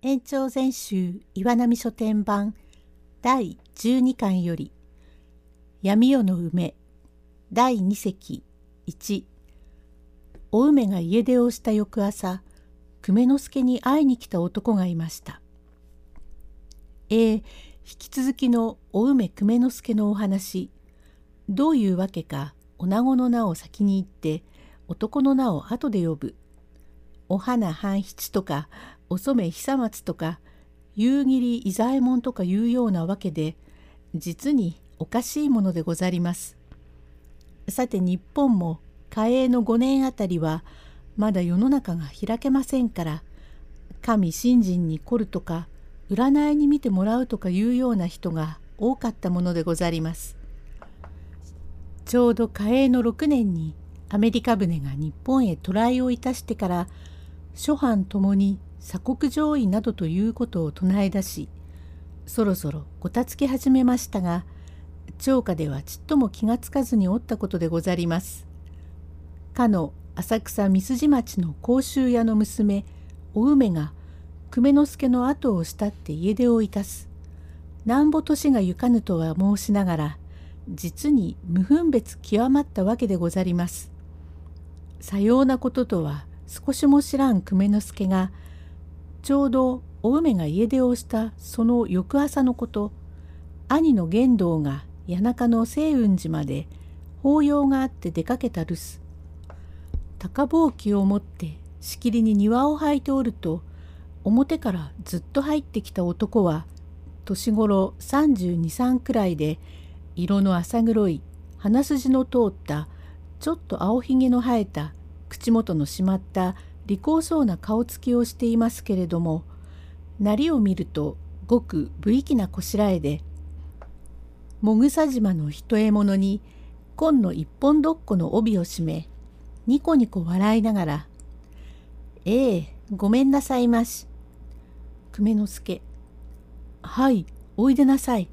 延長全集岩波書店版第12巻より闇夜の梅第2席1。お梅が家出をした翌朝、久米之助に会いに来た男がいました。引き続きのお梅久米之助のお話、どういうわけか女子の名を先に言って男の名を後で呼ぶ。お花半七とかお染久松とか夕霧伊左衛門とかいうようなわけで、実におかしいものでござります。さて日本も嘉永の5年あたりはまだ世の中が開けませんから、神信心に凝るとか占いに見てもらうとかいうような人が多かったものでござります。ちょうど嘉永の6年にアメリカ船が日本へ渡来をいたしてから、諸藩ともに鎖国攘夷などということを唱え出し、そろそろごたつき始めましたが、町下ではちっとも気がつかずにおったことでござります。かの浅草三筋町の甲州屋の娘お梅が久米之助の後を慕って家出をいたす。なんぼ年がゆかぬとは申しながら、実に無分別極まったわけでござります。さようなこととは少しも知らん久米之助が、ちょうどお梅が家出をしたその翌朝のこと、兄の玄道が谷中の清雲寺まで法要があって出かけた留守。高ぼうきを持ってしきりに庭を履いておると、表からずっと入ってきた男は年頃32、3くらいで、色の浅黒い鼻筋の通ったちょっと青ひげの生えた口元の締まった利口そうな顔つきをしていますけれども、なりを見るとごく無粋なこしらえで、もぐさ島の一獲物に紺の一本どっこの帯を締め、ニコニコ笑いながら、ごめんなさいまし。久米之助、はい、おいでなさい。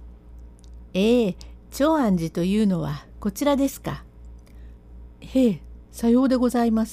長安寺というのはこちらですか。へえ、さようでございます。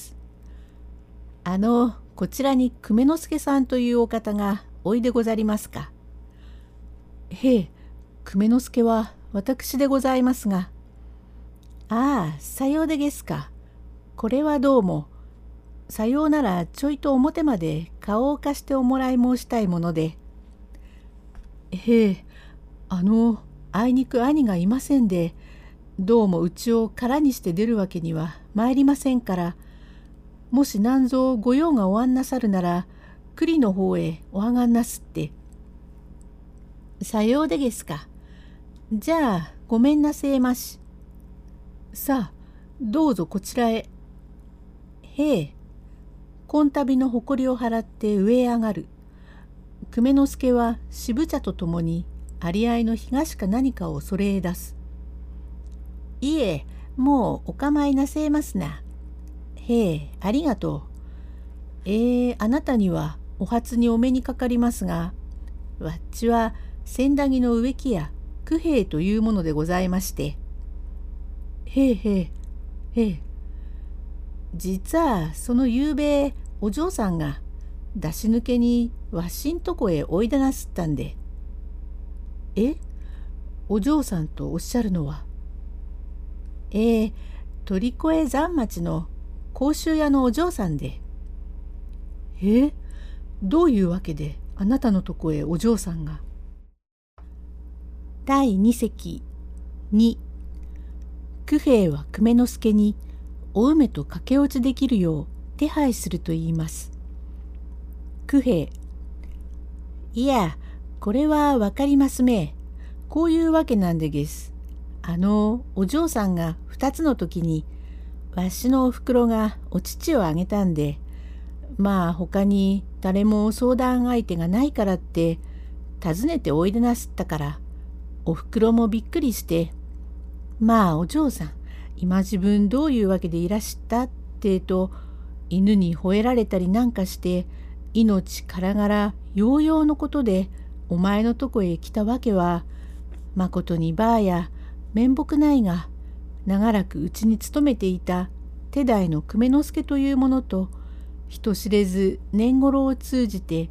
こちらに久米之助さんというお方がおいでござりますか。へえ、久米之助は私でございますが。ああ、さようでげすか。これはどうも。さようならちょいと表まで顔を貸しておもらい申したいもので。へえ、あいにく兄がいませんで、どうもうちを空にして出るわけには参りませんから、もしなんぞご用がおあんなさるなら、栗の方へお上がんなすって。さようでげすか。じゃあごめんなせえまし。さあ、どうぞこちらへ。へえ。こんたびの誇りを払って上へ上がる。久米之助は渋茶とともに有り合いの東か何かをそれへ出す。いえ、もうお構いなせえますな。へえ、ありがとう。あなたにはお初にお目にかかりますが、わっちは千駄木の植木屋九兵衛というものでございまして。へえへえへえ。実はそのゆうべお嬢さんが出し抜けにわしんとこへおいでなすったんで。お嬢さんとおっしゃるのは。鳥越山町の甲州屋のお嬢さんで。どういうわけであなたのとこへお嬢さんが。第2席2。九兵衛は久米之助にお梅と駆け落ちできるよう手配すると言います。九兵衛、いや、これはわかりますめ。こういうわけなんでげす。お嬢さんが2つの時にわしのおふくろがお乳をあげたんで、まあ他に誰も相談相手がないからって訪ねておいでなすったから、おふくろもびっくりして、まあお嬢さん今自分どういうわけでいらしたってと、犬に吠えられたりなんかして命からがらようようのことでお前のとこへ来たわけは、まことにばあや面目ないが、長らくうちに勤めていた手代の久米之助というものと人知れず年頃を通じて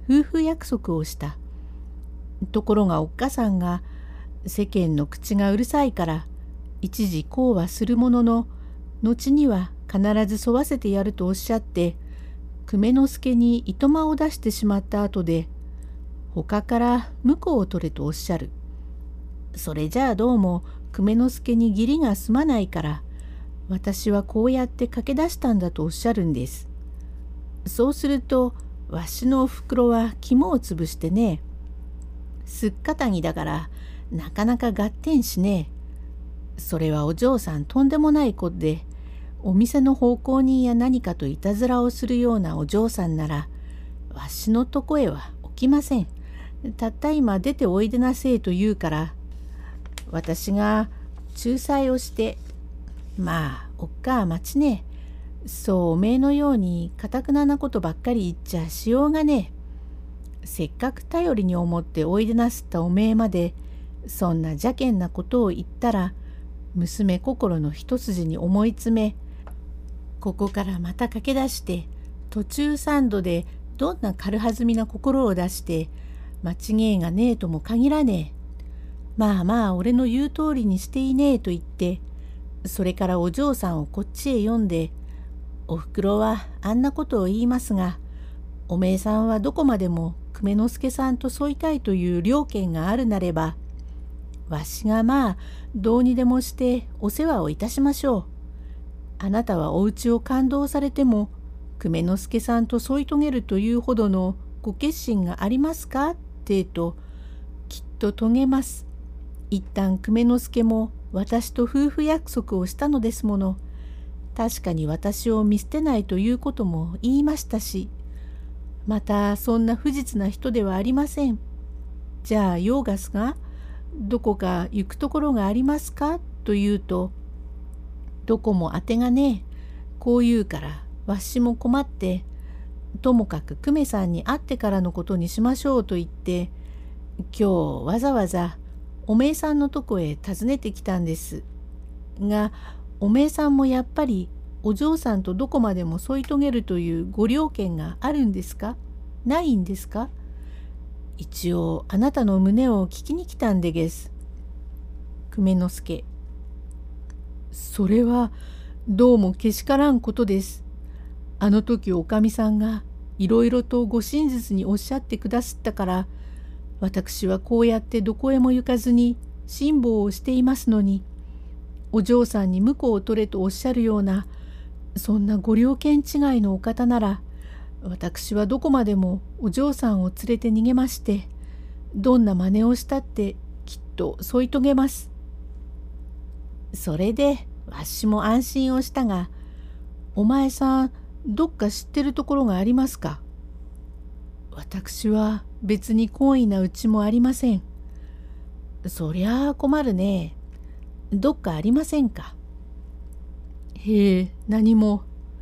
夫婦約束をした。ところがおっかさんが世間の口がうるさいから一時こうはするものの、後には必ず沿わせてやるとおっしゃって久米之助に糸間を出してしまった後で、他から婿を取れとおっしゃる。それじゃあどうも久米之助に義理が済まないから、私はこうやって駆け出したんだとおっしゃるんです。そうするとわしのおふくろは肝をつぶしてね、すっかたぎだからなかなか合点しねえ。それはお嬢さんとんでもない子で、お店の奉公人や何かといたずらをするようなお嬢さんならわしのとこへは起きません。たった今出ておいでなせえと言うから、私が仲裁をして、まあおっかあ待ちねえ。そうおめえのようにかたくななことばっかり言っちゃしようがねえ。せっかく頼りに思っておいでなすったおめえまでそんな邪険なことを言ったら、娘心の一筋に思い詰め、ここからまた駆け出して途中三度でどんな軽はずみな心を出して間違いがねえとも限らねえ。まあまあ俺の言う通りにしていねえと言って、それからお嬢さんをこっちへ呼んで、おふくろはあんなことを言いますが、おめえさんはどこまでも久米之助さんと添いたいという了見があるなれば、わしがまあどうにでもしてお世話をいたしましょう。あなたはお家を勘当されても久米之助さんと添い遂げるというほどのご決心がありますかってと、きっと遂げます。一旦久米之助も私と夫婦約束をしたのですもの。確かに私を見捨てないということも言いましたし、またそんな不実な人ではありません。じゃあヨーガスがどこか行くところがありますかと言うと、どこも当てがねえ。こう言うからわしも困って、ともかく久米さんに会ってからのことにしましょうと言って、今日わざわざおめえさんのとこへ訪ねてきたんです。が、おめえさんもやっぱりお嬢さんとどこまでも添い遂げるというご了見があるんですか？ないんですか？一応あなたの胸を聞きに来たんでげす。久米之助。それはどうもけしからんことです。あの時おかみさんがいろいろとご真実におっしゃってくだすったから、私はこうやってどこへも行かずに辛抱をしていますのに、お嬢さんに婿を取れとおっしゃるような、そんなご了見違いのお方なら、私はどこまでもお嬢さんを連れて逃げまして、どんな真似をしたってきっと添い遂げます。それでわしも安心をしたが、お前さんどっか知ってるところがありますか？私は別に懇意なうちもありません。そりゃあ困るね。どっかありませんか？へえ、何も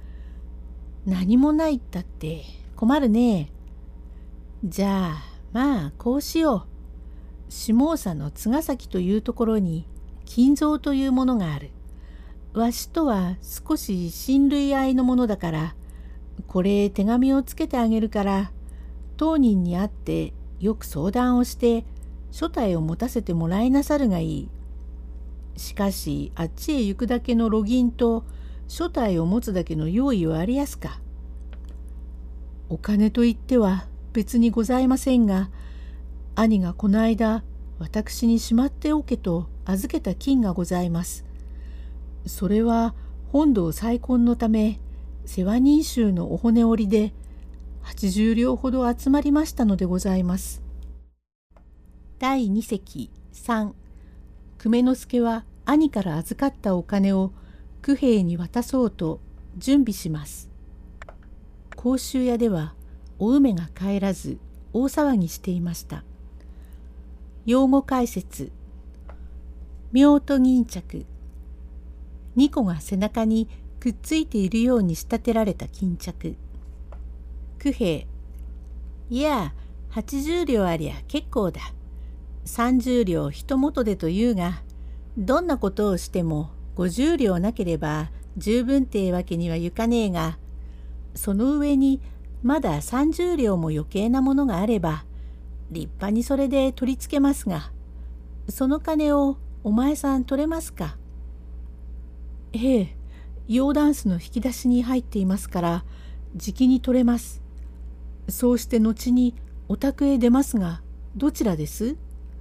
ないったって困るね。じゃあまあこうしよう。下総の津ヶ崎というところに金蔵というものがある。わしとは少し親類愛のものだから、これ手紙をつけてあげるから、当人に会ってよく相談をして所帯を持たせてもらいなさるがいい。しかしあっちへ行くだけの路銀と所帯を持つだけの用意はありやすか。お金といっては別にございませんが、兄がこの間私にしまっておけと預けた金がございます。それは本堂再建のため世話人衆のお骨折りで80両ほど集まりましたのでございます。第2席3。久米之助は兄から預かったお金を九兵衛に渡そうと準備します。甲州屋ではお梅が帰らず大騒ぎしていました。用語解説。妙と銀着。2個が背中にくっついているように仕立てられた巾着。九兵衛。いや、80両ありゃ結構だ。30両一元でというが、どんなことをしても50両なければ十分ってわけにはいかねえが、その上にまだ30両も余計なものがあれば、立派にそれで取り付けますが、その金をお前さん取れますか。ええ、洋ダンスの引き出しに入っていますから、じきに取れます。そうして後にお宅へ出ますが、どちらです？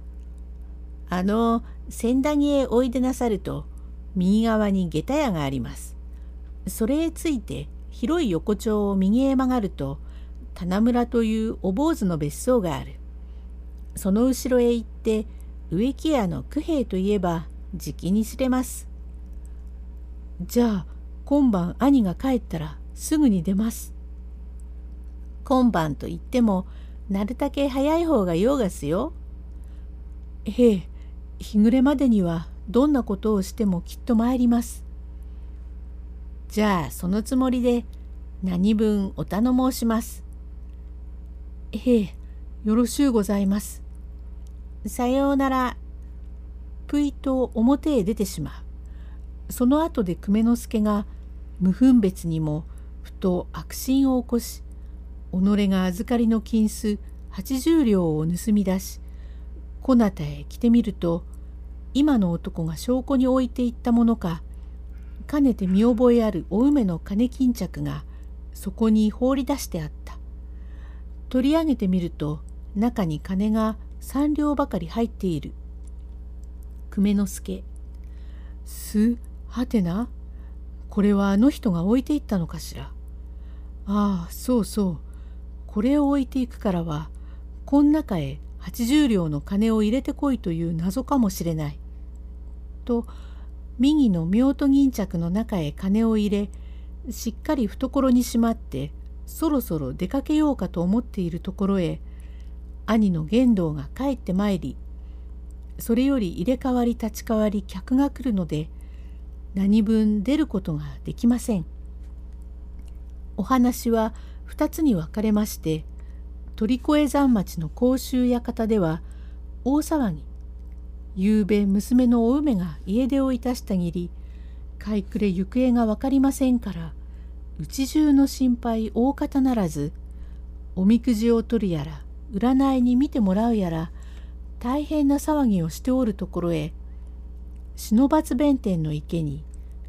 千駄木へおいでなさると、右側に下駄屋があります。それへついて広い横丁を右へ曲がると、棚村というお坊主の別荘がある。その後ろへ行って、植木屋の九兵といえば、じきに知れます。じゃあ、今晩兄が帰ったらすぐに出ます。今晩と言っても、なるたけ早い方がようがすよ。へえ、日暮れまでにはどんなことをしてもきっと参ります。じゃあそのつもりで何分お頼申します。へえ、よろしゅうございます。さようなら。ぷいと表へ出てしまう。その後で久米之助が無分別にもふと悪心を起こし、己が預かりの金子80両を盗み出し、こなたへ来てみると、今の男が証拠に置いていったものか、かねて見覚えあるお梅の金巾着がそこに放り出してあった。取り上げてみると、中に金が3両ばかり入っている。久米之助、はてな、これはあの人が置いていったのかしら。ああ、そうそう。これを置いていくからは、こん中へ80両の金を入れてこいという謎かもしれない。と、右の妙と銀着の中へ金を入れ、しっかり懐にしまって、そろそろ出かけようかと思っているところへ、兄の玄道が帰ってまいり、それより入れ替わり立ち替わり客が来るので、何分出ることができません。お話は2つに分かれまして、鳥越山町の甲州館では大騒ぎ。ゆうべ娘のお梅が家出をいたしたぎり、買いくれ行方が分かりませんから、うち中の心配大方ならず、おみくじを取るやら、占いに見てもらうやら、大変な騒ぎをしておるところへ、篠罰弁天の池に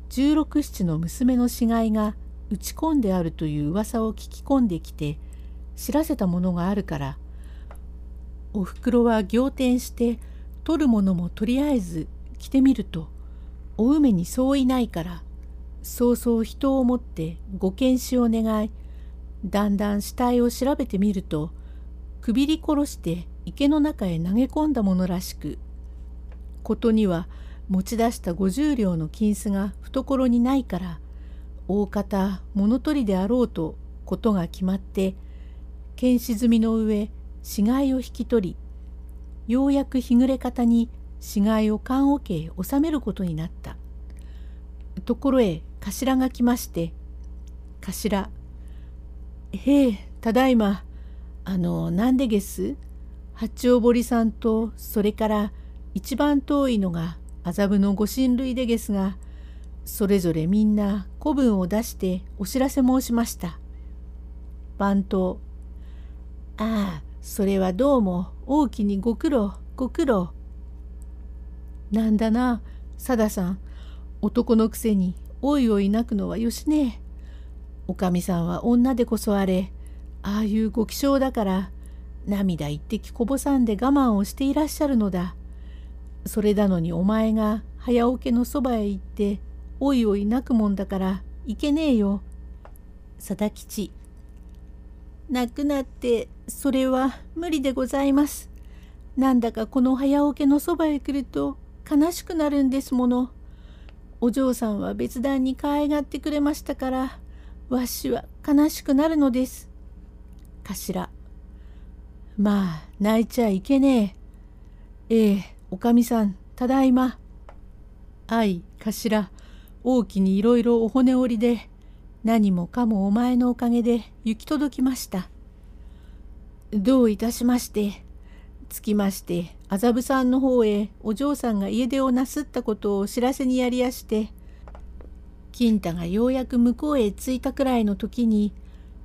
16、7の娘の死骸が打ち込んであるという噂を聞き込んできて、知らせたものがあるから、おふくろは仰天して、取るものもとりあえず着てみると、お梅にそういないから、そうそう人をもってご検視を願い、だんだん死体を調べてみると、くびり殺して池の中へ投げ込んだものらしく、ことには持ち出した50両の金子が懐にないから、大方物取りであろうとことが決まって、検視済みの上、死骸を引き取り、ようやく日暮れ方に死骸を棺桶へ収めることになった。ところへ頭が来まして、頭、へえ、ただいま、なんでげす？八丁堀さんと、それから一番遠いのが麻布のご親類でげすが、それぞれみんな子分を出してお知らせ申しました。番頭、ああ、それはどうも大きにご苦労、ご苦労。なんだな、さださん、男のくせにおいおい泣くのはよしねえ。おかみさんは女でこそあれ、ああいうご気性だから、涙一滴こぼさんで我慢をしていらっしゃるのだ。それなのにお前が早おけのそばへ行って、おいおい泣くもんだからいけねえよ。定吉、泣くなって、それは無理でございます。なんだかこの早おけのそばへ来ると悲しくなるんですもの。お嬢さんは別段に可愛がってくれましたから、わしは悲しくなるのです。頭、まあ泣いちゃいけねえ。ええ、おかみさん、ただいま。あい、頭、大きにいろいろお骨折りで、何もかもお前のおかげで行き届きました。どういたしまして。つきまして、麻布さんの方へお嬢さんが家出をなすったことをお知らせにやりやして、金太がようやく向こうへ着いたくらいの時に、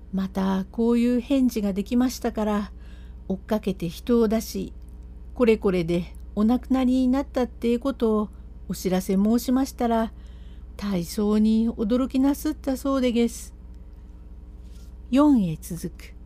またこういう返事ができましたから、追っかけて人を出し、これこれでお亡くなりになったってことをお知らせ申しましたら、大層に驚きなすったそうでげす。4へ続く。